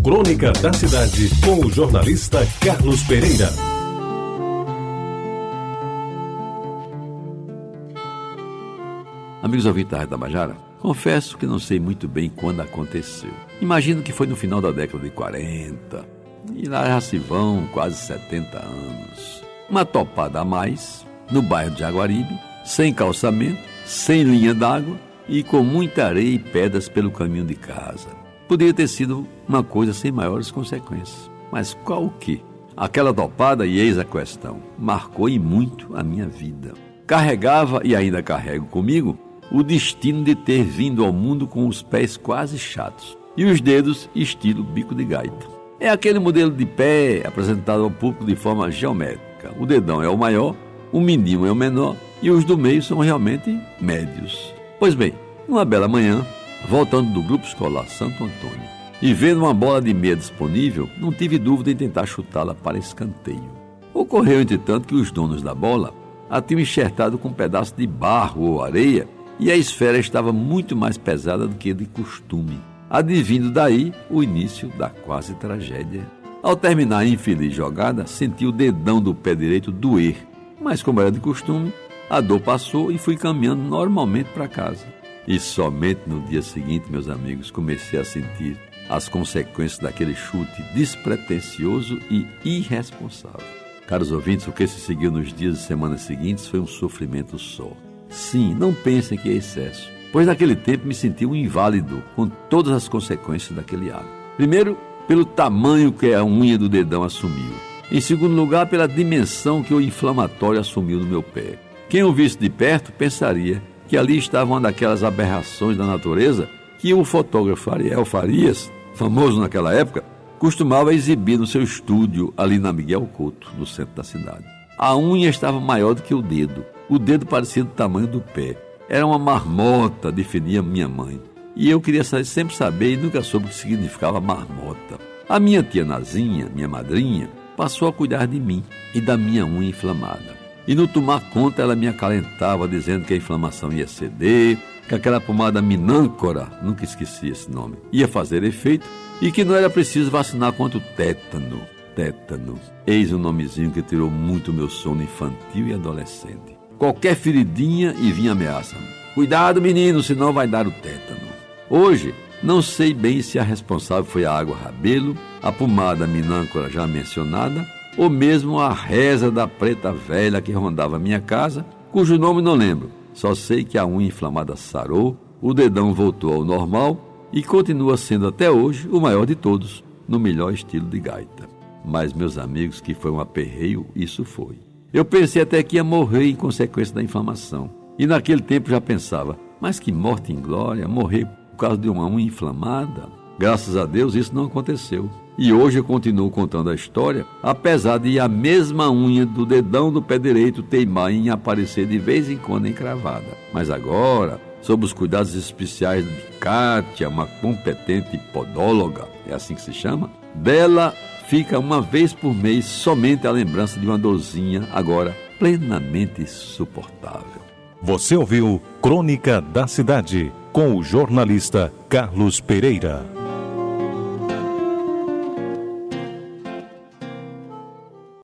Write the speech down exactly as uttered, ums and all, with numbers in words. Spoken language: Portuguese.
Crônica da Cidade, com o jornalista Carlos Pereira. Amigos ouvintes da Rádio Tabajara, confesso que não sei muito bem quando aconteceu. Imagino que foi no final da década de quarenta, e lá já se vão quase setenta anos. Uma topada a mais, no bairro de Jaguaribe, sem calçamento, sem linha d'água e com muita areia e pedras pelo caminho de casa. Poderia ter sido uma coisa sem maiores consequências. Mas qual o quê? Aquela topada, e eis a questão, marcou e muito a minha vida. Carregava, e ainda carrego comigo, o destino de ter vindo ao mundo com os pés quase chatos e os dedos estilo bico de gaita. É aquele modelo de pé apresentado ao público de forma geométrica. O dedão é o maior, o mindinho é o menor e os do meio são realmente médios. Pois bem, numa bela manhã, voltando do grupo escolar Santo Antônio e vendo uma bola de meia disponível, não tive dúvida em tentar chutá-la para escanteio. Ocorreu, entretanto, que os donos da bola a tinham enxertado com um pedaço de barro ou areia e a esfera estava muito mais pesada do que de costume, advindo daí o início da quase tragédia. Ao terminar a infeliz jogada, senti o dedão do pé direito doer, mas como era de costume, a dor passou e fui caminhando normalmente para casa. E somente no dia seguinte, meus amigos, comecei a sentir as consequências daquele chute despretensioso e irresponsável. Caros ouvintes, o que se seguiu nos dias e semanas seguintes foi um sofrimento só. Sim, não pensem que é excesso, pois naquele tempo me senti um inválido com todas as consequências daquele ato. Primeiro, pelo tamanho que a unha do dedão assumiu. Em segundo lugar, pela dimensão que o inflamatório assumiu no meu pé. Quem o visse de perto pensaria que ali estava uma daquelas aberrações da natureza que o fotógrafo Ariel Farias, famoso naquela época, costumava exibir no seu estúdio ali na Miguel Couto, no centro da cidade. A unha estava maior do que o dedo. O dedo parecia do tamanho do pé. Era uma marmota, definia minha mãe. E eu queria sempre saber e nunca soube o que significava marmota. A minha tia Nazinha, minha madrinha, passou a cuidar de mim e da minha unha inflamada. E no tomar conta ela me acalentava, dizendo que a inflamação ia ceder, que aquela pomada minâncora, nunca esqueci esse nome, ia fazer efeito e que não era preciso vacinar contra o tétano. Tétano. Eis um nomezinho que tirou muito o meu sono infantil e adolescente. Qualquer feridinha e vinha ameaça. Cuidado, menino, senão vai dar o tétano. Hoje, não sei bem se a responsável foi a água Rabelo, a pomada minâncora já mencionada, ou mesmo a reza da preta velha que rondava minha casa, cujo nome não lembro. Só sei que a unha inflamada sarou, o dedão voltou ao normal e continua sendo até hoje o maior de todos, no melhor estilo de gaita. Mas, meus amigos, que foi um aperreio, isso foi. Eu pensei até que ia morrer em consequência da inflamação. E naquele tempo já pensava, mas que morte inglória, morrer por causa de uma unha inflamada? Graças a Deus isso não aconteceu. E hoje eu continuo contando a história, apesar de a mesma unha do dedão do pé direito teimar em aparecer de vez em quando encravada. Mas agora, sob os cuidados especiais de Kátia, uma competente podóloga, é assim que se chama, dela fica uma vez por mês somente a lembrança de uma dorzinha, agora plenamente suportável. Você ouviu Crônica da Cidade, com o jornalista Carlos Pereira.